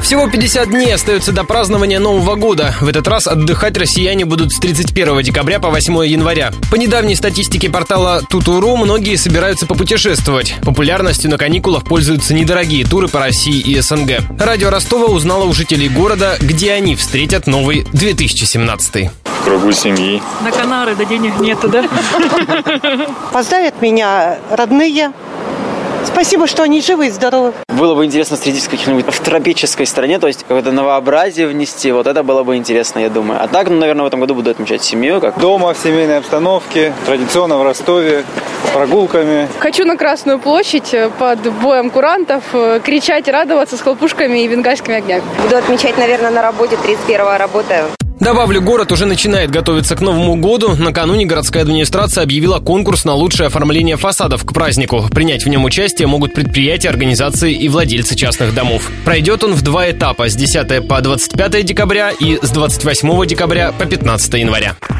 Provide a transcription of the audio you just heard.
Всего 50 дней остается до празднования Нового года. В этот раз отдыхать россияне будут с 31 декабря по 8 января. По недавней статистике портала Тутуру, многие собираются попутешествовать. Популярностью на каникулах пользуются недорогие туры по России и СНГ. Радио Ростова узнало у жителей города, где они встретят новый 2017. В кругу семьи. На Канары, да денег нету, да? Поздравят меня родные. Спасибо, что они живы и здоровы. Было бы интересно встретиться в какой-нибудь в тропической стране, то есть какое-то новообразие внести. Вот это было бы интересно, я думаю. А так, наверное, в этом году буду отмечать семью. Дома, в семейной обстановке, традиционно в Ростове, прогулками. Хочу на Красную площадь под боем курантов кричать, радоваться с хлопушками и бенгальскими огнями. Буду отмечать, наверное, на работе, 31-го работаю. Добавлю, город уже начинает готовиться к Новому году. Накануне городская администрация объявила конкурс на лучшее оформление фасадов к празднику. Принять в нем участие могут предприятия, организации и владельцы частных домов. Пройдет он в 2 этапа – с 10 по 25 декабря и с 28 декабря по 15 января.